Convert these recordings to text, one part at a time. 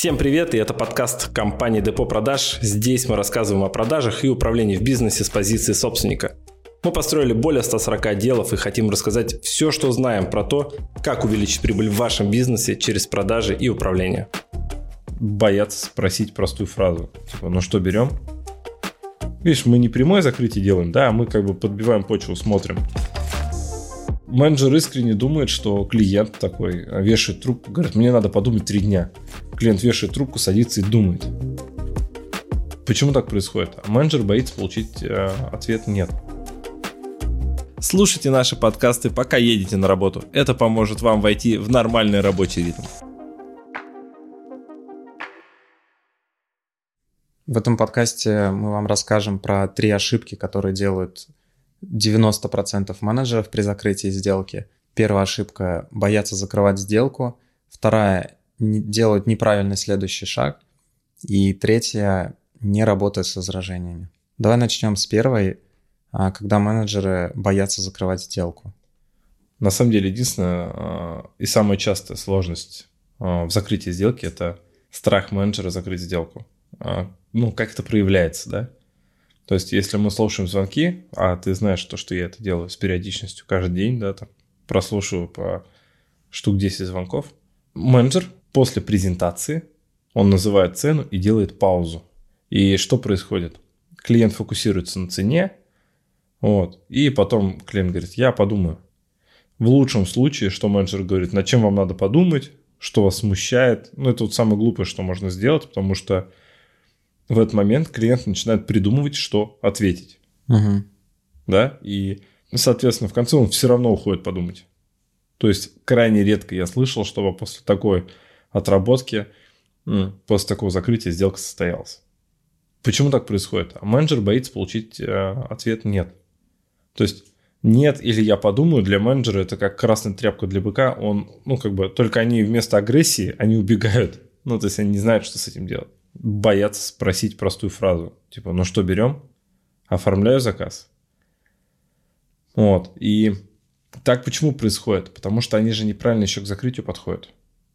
Всем привет, и это подкаст компании Депо Продаж. Здесь мы рассказываем о продажах и управлении в бизнесе с позиции собственника. Мы построили более 140 отделов и хотим рассказать все, что знаем про то, как увеличить прибыль в вашем бизнесе через продажи и управление. Боятся спросить простую фразу. Типа, ну что, берем? Видишь, мы не прямое закрытие делаем, да, а мы как бы подбиваем почву, смотрим. Менеджер искренне думает, что клиент такой вешает трубку, говорит, мне надо подумать 3 дня. Клиент вешает трубку, садится и думает. Почему так происходит? А менеджер боится получить ответ «нет». Слушайте наши подкасты, пока едете на работу. Это поможет вам войти в нормальный рабочий ритм. В этом подкасте мы вам расскажем про 3 ошибки, которые делают 90% менеджеров при закрытии сделки. Первая ошибка – бояться закрывать сделку. Вторая – делать неправильный следующий шаг. И третья – не работать с возражениями. Давай начнем с первой, когда менеджеры боятся закрывать сделку. На самом деле, единственная и самая частая сложность в закрытии сделки – это страх менеджера закрыть сделку. Как это проявляется, да? То есть, если мы слушаем звонки, а ты знаешь то, что я это делаю с периодичностью каждый день, да, там, прослушиваю по штук 10 звонков, менеджер после презентации, он называет цену и делает паузу. И что происходит? Клиент фокусируется на цене, и потом клиент говорит, я подумаю. В лучшем случае, что менеджер говорит, над чем вам надо подумать, что вас смущает. Это вот самое глупое, что можно сделать, потому что в этот момент клиент начинает придумывать, что ответить. Угу. Да? И, соответственно, в конце он все равно уходит подумать. То есть, крайне редко я слышал, чтобы после такой отработки, после такого закрытия сделка состоялась. Почему так происходит? А менеджер боится получить ответ «нет». То есть, «нет» или «я подумаю» для менеджера это как красная тряпка для быка. Только они вместо агрессии, они убегают. То есть, они не знают, что с этим делать. Боятся спросить простую фразу. Типа, ну что, берем? Оформляю заказ. И так почему происходит? Потому что они же неправильно еще к закрытию подходят.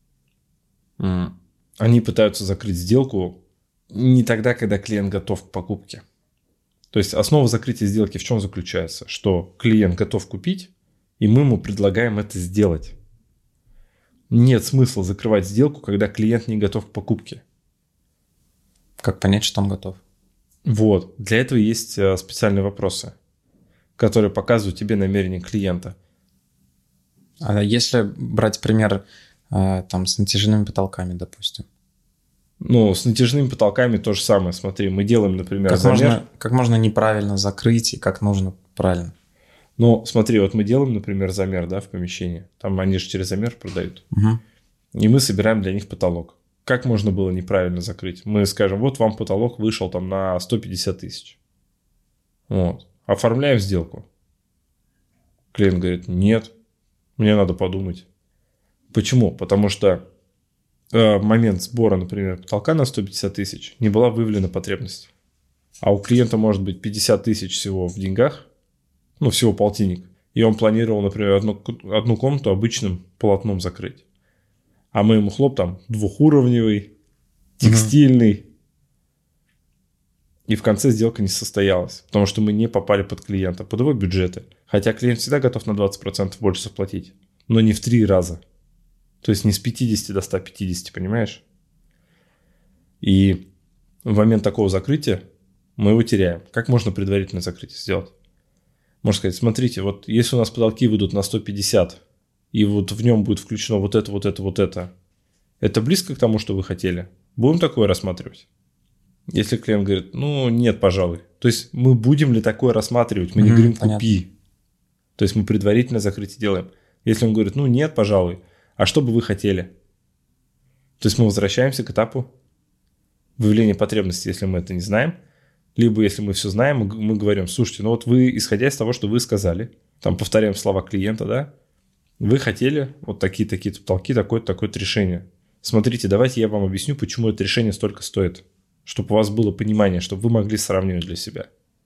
Они пытаются закрыть сделку не тогда, когда клиент готов к покупке. То есть, основа закрытия сделки в чем заключается? Что клиент готов купить, и мы ему предлагаем это сделать. Нет смысла закрывать сделку, когда клиент не готов к покупке. Как понять, что он готов? Для этого есть специальные вопросы, которые показывают тебе намерение клиента. А если брать пример с натяжными потолками, допустим? С натяжными потолками то же самое. Смотри, мы делаем, например, замер. Как можно неправильно закрыть и как нужно правильно? Смотри, мы делаем, например, замер, да, в помещении. Там они же через замер продают. Угу. И мы собираем для них потолок. Как можно было неправильно закрыть? Мы скажем, вам потолок вышел на 150 тысяч. Оформляем сделку. Клиент говорит, нет, мне надо подумать. Почему? Потому что в момент сбора, например, потолка на 150 тысяч не была выявлена потребность. А у клиента может быть 50 тысяч всего в деньгах, всего полтинник. И он планировал, например, одну комнату обычным полотном закрыть. А мы ему двухуровневый, текстильный. И в конце сделка не состоялась, потому что мы не попали под клиента, под его бюджеты. Хотя клиент всегда готов на 20% больше заплатить, но не в 3 раза. То есть не с 50 до 150, понимаешь? И в момент такого закрытия мы его теряем. Как можно предварительное закрытие сделать? Можно сказать, смотрите, если у нас потолки выйдут на 150, и в нем будет включено вот это. Это близко к тому, что вы хотели? Будем такое рассматривать? Если клиент говорит, нет, пожалуй. То есть мы будем ли такое рассматривать? Мы не говорим, купи. То есть мы предварительное закрытие делаем. Если он говорит, нет, пожалуй. А что бы вы хотели? То есть мы возвращаемся к этапу выявления потребности, если мы это не знаем. Либо если мы все знаем, мы говорим, слушайте, вы, исходя из того, что вы сказали, повторяем слова клиента, да, вы хотели такие-то потолки, такое-то решение. Смотрите, давайте я вам объясню, почему это решение столько стоит. Чтобы у вас было понимание, чтобы вы могли сравнивать для себя.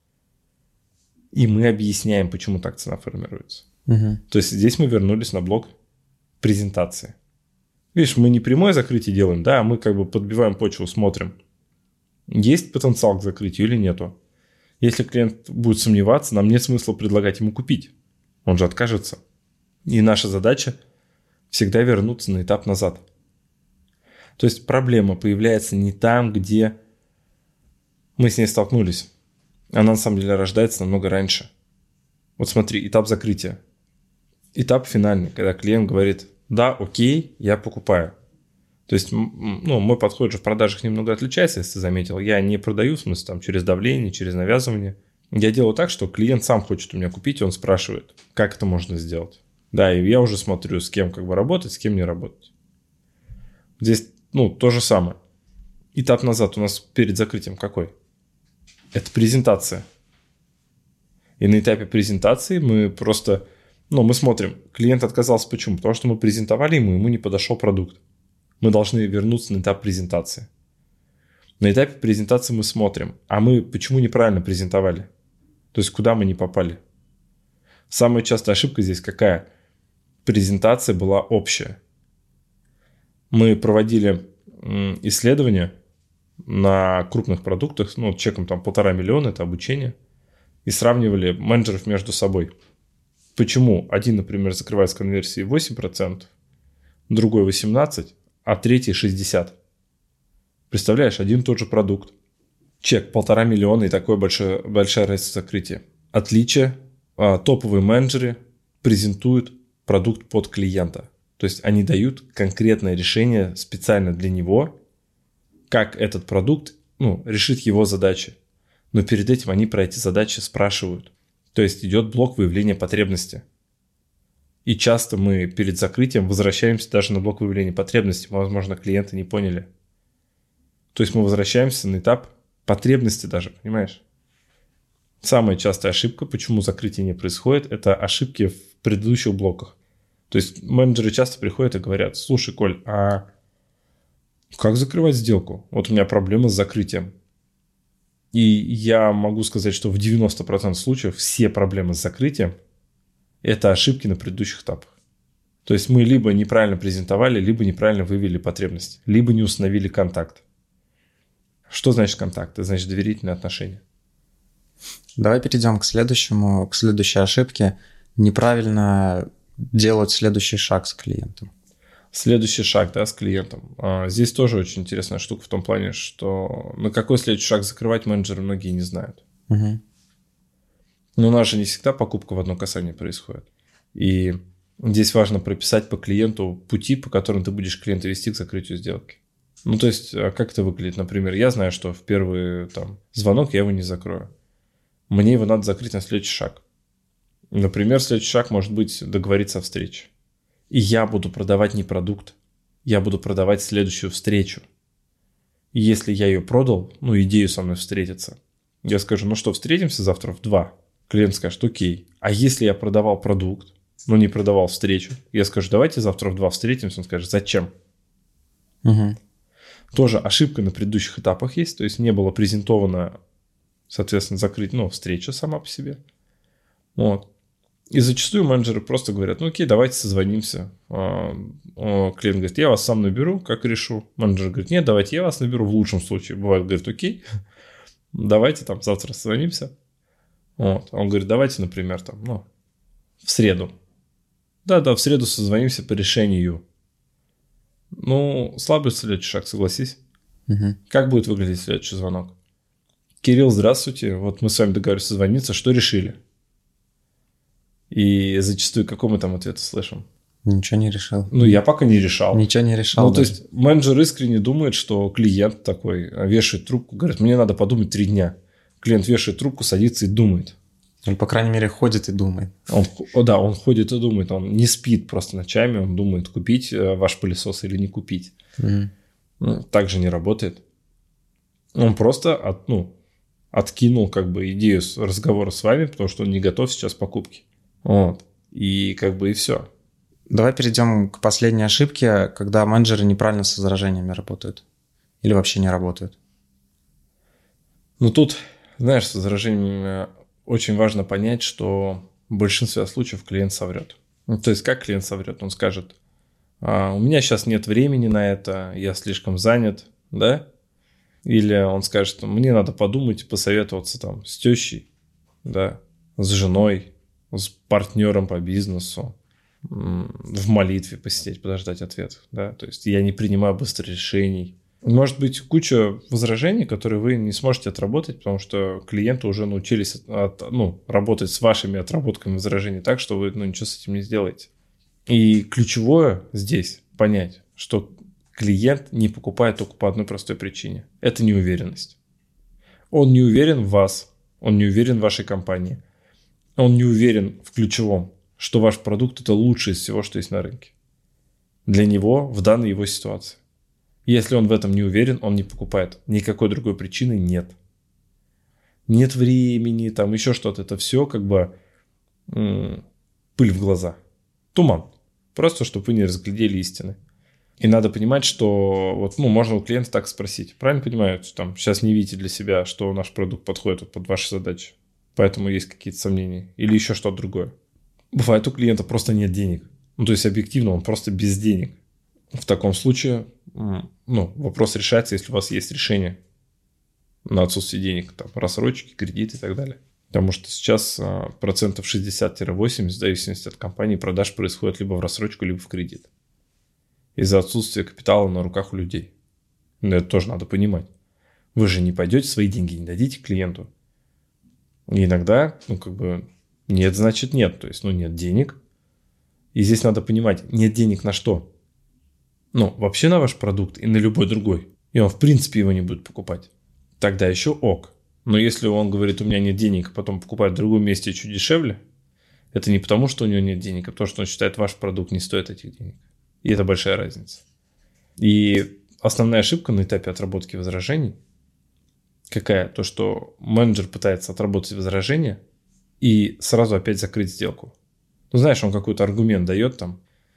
И мы объясняем, почему так цена формируется. Угу. То есть здесь мы вернулись на блок презентации. Видишь, мы не прямое закрытие делаем, да, мы как бы подбиваем почву, смотрим, есть потенциал к закрытию или нету. Если клиент будет сомневаться, нам нет смысла предлагать ему купить. Он же откажется. И наша задача всегда вернуться на этап назад. То есть проблема появляется не там, где мы с ней столкнулись. Она на самом деле рождается намного раньше. Вот смотри, этап закрытия. Этап финальный, когда клиент говорит: да, окей, я покупаю. То есть, мой подход же в продажах немного отличается, если ты заметил. Я не продаю, в смысле, там, через давление, через навязывание. Я делаю так, что клиент сам хочет у меня купить, и он спрашивает, как это можно сделать. Да, и я уже смотрю, с кем как бы работать, с кем не работать. Здесь, то же самое. Этап назад у нас перед закрытием какой? Это презентация. И на этапе презентации мы просто, мы смотрим, клиент отказался почему? Потому что мы презентовали ему не подошел продукт. Мы должны вернуться на этап презентации. На этапе презентации мы смотрим, а мы почему неправильно презентовали? То есть, куда мы не попали? Самая частая ошибка здесь какая? Презентация была общая. Мы проводили исследования на крупных продуктах, чеком там 1,5 миллиона, это обучение, и сравнивали менеджеров между собой. Почему один, например, закрывает с конверсией 8%, другой 18%, а третий 60%. Представляешь, один и тот же продукт. Чек 1,5 миллиона и такое большая разница в закрытии. Отличие. Топовые менеджеры презентуют продукт под клиента. То есть они дают конкретное решение специально для него, как этот продукт решит его задачи. Но перед этим они про эти задачи спрашивают. То есть идет блок выявления потребности. И часто мы перед закрытием возвращаемся даже на блок выявления потребностей. Возможно, клиенты не поняли. То есть мы возвращаемся на этап потребности даже, понимаешь? Самая частая ошибка, почему закрытие не происходит, это ошибки в предыдущих блоках. То есть менеджеры часто приходят и говорят: слушай, Коль, а как закрывать сделку? Вот у меня проблема с закрытием. И я могу сказать, что в 90% случаев все проблемы с закрытием – это ошибки на предыдущих этапах. То есть мы либо неправильно презентовали, либо неправильно выявили потребность, либо не установили контакт. Что значит контакт? Это значит доверительные отношения. Давай перейдем к следующей ошибке. Неправильно делать следующий шаг с клиентом. Следующий шаг, с клиентом. Здесь тоже очень интересная штука в том плане, что на какой следующий шаг закрывать менеджеры многие не знают. Угу. Но у нас же не всегда покупка в одно касание происходит. И здесь важно прописать по клиенту пути, по которым ты будешь клиента вести к закрытию сделки. То есть, как это выглядит? Например, я знаю, что в первый звонок я его не закрою. Мне его надо закрыть на следующий шаг. Например, следующий шаг может быть договориться о встрече. И я буду продавать не продукт, я буду продавать следующую встречу. И если я ее продал, идею со мной встретиться, я скажу: что, встретимся завтра в 2? Клиент скажет: окей. А если я продавал продукт, но не продавал встречу, я скажу: давайте завтра в 2 встретимся. Он скажет: зачем? Угу. Тоже ошибка на предыдущих этапах есть, то есть не было презентовано, соответственно, закрыть, встреча сама по себе. Вот. И зачастую менеджеры просто говорят: окей, давайте созвонимся. Клиент говорит: я вас сам наберу, как решу. Менеджер говорит: нет, давайте я вас наберу в лучшем случае. Бывает, говорит: окей, давайте завтра созвонимся. Вот. Он говорит: давайте, например, в среду. Да, в среду созвонимся по решению. Слабый следующий шаг, согласись. Угу. Как будет выглядеть следующий звонок? Кирилл, здравствуйте. Вот мы с вами договорились созвониться. Что решили? И зачастую какой мы ответ слышим? Ничего не решил. Я пока не решал. Ничего не решал. То есть менеджер искренне думает, что клиент такой вешает трубку, говорит: мне надо подумать 3 дня. Клиент вешает трубку, садится и думает. Он, по крайней мере, ходит и думает. Он ходит и думает. Он не спит просто ночами, он думает, купить ваш пылесос или не купить. Так же не работает. Он просто откинул идею разговора с вами, потому что он не готов сейчас к покупке. Вот. И и все. Давай перейдем к последней ошибке, когда менеджеры неправильно с возражениями работают. Или вообще не работают. Тут, знаешь, с возражениями очень важно понять, что в большинстве случаев клиент соврет. То есть, как клиент соврет? Он скажет: у меня сейчас нет времени на это, я слишком занят, да? Или он скажет, что мне надо подумать, посоветоваться там с тещей, да, с женой, с партнером по бизнесу, в молитве посидеть, подождать ответ, да, то есть я не принимаю быстро решений. Может быть куча возражений, которые вы не сможете отработать, потому что клиенты уже научились работать с вашими отработками возражений так, что вы ничего с этим не сделаете. И ключевое здесь понять, что клиент не покупает только по одной простой причине. Это неуверенность. Он не уверен в вас, он не уверен в вашей компании, он не уверен в ключевом, что ваш продукт – это лучшее из всего, что есть на рынке. Для него в данной его ситуации. Если он в этом не уверен, он не покупает. Никакой другой причины нет. Нет времени, там еще что-то. Это все как бы пыль в глаза. Туман. Просто, чтобы вы не разглядели истины. И надо понимать, что можно у клиента так спросить. Правильно понимаю, что там сейчас не видите для себя, что наш продукт подходит под ваши задачи. Поэтому есть какие-то сомнения. Или еще что-то другое. Бывает, у клиента просто нет денег. То есть, объективно, он просто без денег. В таком случае, вопрос решается, если у вас есть решение на отсутствие денег, там, рассрочки, кредиты и так далее. Потому что сейчас 60-80%, в зависимости от компании, продаж происходит либо в рассрочку, либо в кредит. Из-за отсутствия капитала на руках у людей. Но это тоже надо понимать. Вы же не пойдете, свои деньги не дадите клиенту. И иногда, нет, значит нет. То есть, нет денег. И здесь надо понимать, нет денег на что? Вообще на ваш продукт и на любой другой. И он, в принципе, его не будет покупать. Тогда еще ок. Но если он говорит, у меня нет денег, а потом покупает в другом месте чуть дешевле, это не потому, что у него нет денег, а потому, что он считает, ваш продукт не стоит этих денег. И это большая разница. И основная ошибка на этапе отработки возражений какая? То, что менеджер пытается отработать возражения и сразу опять закрыть сделку. Знаешь, он какой-то аргумент дает там,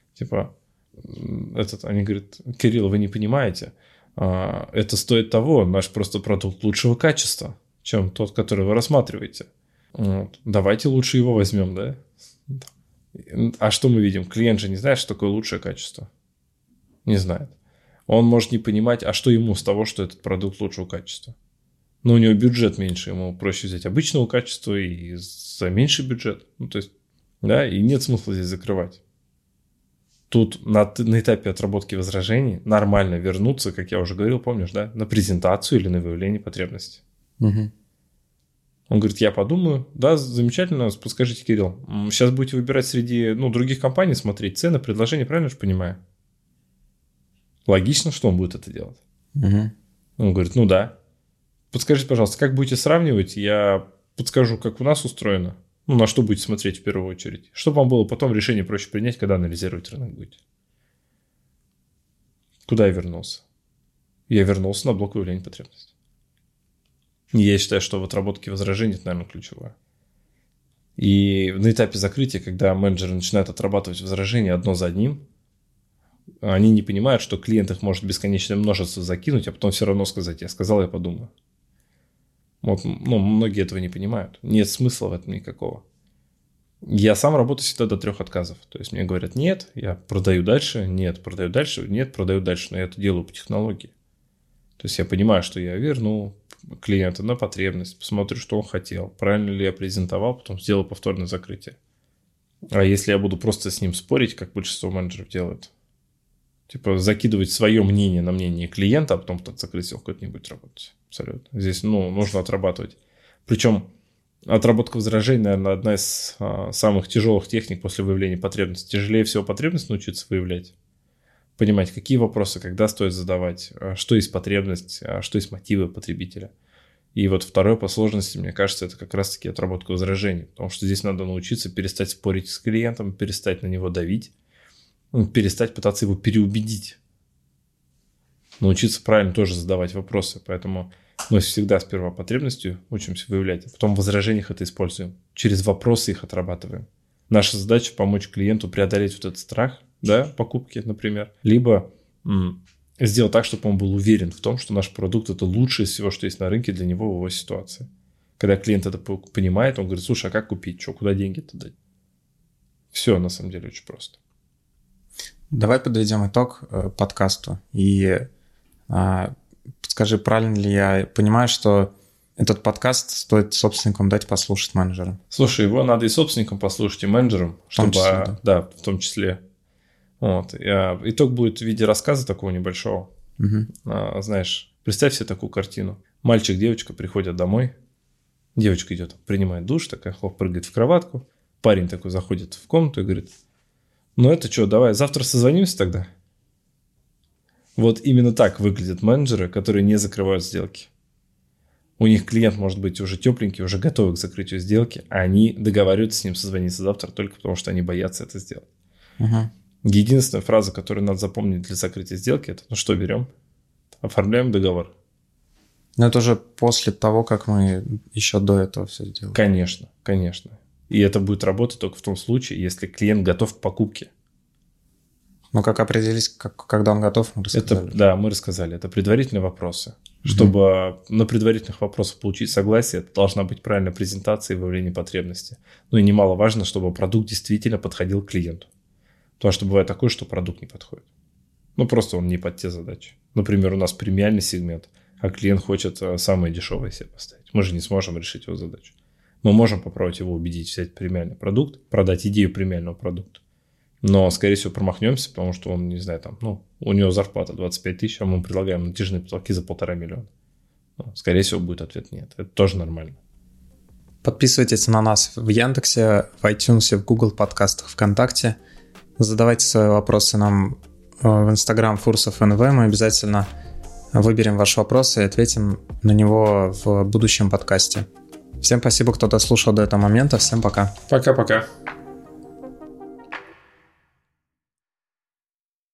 они говорят, Кирилл, вы не понимаете, это стоит того, наш просто продукт лучшего качества, чем тот, который вы рассматриваете. Давайте лучше его возьмем, да? А что мы видим? Клиент же не знает, что такое лучшее качество. Не знает. Он может не понимать, а что ему с того, что этот продукт лучшего качества. Но у него бюджет меньше, ему проще взять обычного качества и за меньший бюджет. И нет смысла здесь закрывать. Тут на этапе отработки возражений нормально вернуться, как я уже говорил, помнишь, да, на презентацию или на выявление потребности. Угу. Он говорит, я подумаю, да, замечательно, подскажите, Кирилл, сейчас будете выбирать среди других компаний, смотреть цены, предложения, правильно же понимаю? Логично, что он будет это делать. Угу. Он говорит, да. Подскажите, пожалуйста, как будете сравнивать, я подскажу, как у нас устроено. На что будете смотреть в первую очередь. Чтобы вам было потом решение проще принять, когда анализировать рынок будете. Куда я вернулся? Я вернулся на блок выявления потребностей. И я считаю, что в отработке возражений это, наверное, ключевое. И на этапе закрытия, когда менеджеры начинают отрабатывать возражения одно за одним, они не понимают, что клиент их может бесконечное множество закинуть, а потом все равно сказать, я сказал, я подумаю. Многие этого не понимают. Нет смысла в этом никакого. Я сам работаю всегда до 3 отказов. То есть мне говорят, нет, я продаю дальше, нет, продаю дальше, нет, продаю дальше. Но я это делаю по технологии. То есть я понимаю, что я верну клиента на потребность, посмотрю, что он хотел, правильно ли я презентовал, потом сделаю повторное закрытие. А если я буду просто с ним спорить, как большинство менеджеров делают, закидывать свое мнение на мнение клиента, а потом под закрыть сделку, это не будет работать. Абсолютно. Здесь нужно отрабатывать. Причем отработка возражений, наверное, одна из самых тяжелых техник после выявления потребности. Тяжелее всего потребность научиться выявлять. Понимать, какие вопросы, когда стоит задавать, что есть потребность, что есть мотивы потребителя. И второе по сложности, мне кажется, это как раз-таки отработка возражений. Потому что здесь надо научиться перестать спорить с клиентом, перестать на него давить, перестать пытаться его переубедить. Научиться правильно тоже задавать вопросы. Поэтому мы всегда сперва потребностью учимся выявлять, а потом в возражениях это используем. Через вопросы их отрабатываем. Наша задача помочь клиенту преодолеть этот страх, покупки, например, либо сделать так, чтобы он был уверен в том, что наш продукт – это лучшее из всего, что есть на рынке для него в его ситуации. Когда клиент это понимает, он говорит, слушай, а как купить? Куда деньги-то дать? Все на самом деле очень просто. Давай подведем итог подкасту. И скажи, правильно ли я понимаю, что этот подкаст стоит собственникам дать послушать менеджерам? Слушай, его надо и собственникам послушать, и менеджерам, чтобы... числе, да, в том числе. Вот. Итог будет в виде рассказа такого небольшого. Знаешь, представь себе такую картину. Мальчик, девочка приходят домой. Девочка идет, принимает душ, такая, хлоп, прыгает в кроватку. Парень такой заходит в комнату и говорит: ну это что, давай завтра созвонимся тогда? Вот именно так выглядят менеджеры, которые не закрывают сделки. У них клиент может быть уже тепленький, уже готовый к закрытию сделки, а они договариваются с ним созвониться завтра только потому, что они боятся это сделать. Единственная фраза, которую надо запомнить для закрытия сделки, это: ну что, берем, оформляем договор. Но это уже после того, как мы еще до этого все сделали. Конечно, конечно. И это будет работать только в том случае, если клиент готов к покупке. Но как определить, когда он готов, мы рассказали. Да, мы рассказали. Это предварительные вопросы. Чтобы на предварительных вопросах получить согласие, это должна быть правильная презентация и выявление потребности. Ну и немаловажно, чтобы продукт действительно подходил к клиенту. Потому что бывает такое, что продукт не подходит. Ну просто он не под те задачи. Например, у нас премиальный сегмент, а клиент хочет самое дешевое себе поставить. Мы же не сможем решить его задачу. Мы можем попробовать его убедить взять премиальный продукт, продать идею премиального продукта. Но, скорее всего, промахнемся, потому что он, не знаю, там, у него зарплата 25 тысяч, а мы предлагаем натяжные потолки за 1,5 миллиона. Скорее всего, будет ответ нет. Это тоже нормально. Подписывайтесь на нас в Яндексе, в iTunes, в Google подкастах, ВКонтакте. Задавайте свои вопросы нам в Instagram Фурсов НВ. Мы обязательно выберем ваш вопрос и ответим на него в будущем подкасте. Всем спасибо, кто дослушал до этого момента. Всем пока. Пока-пока.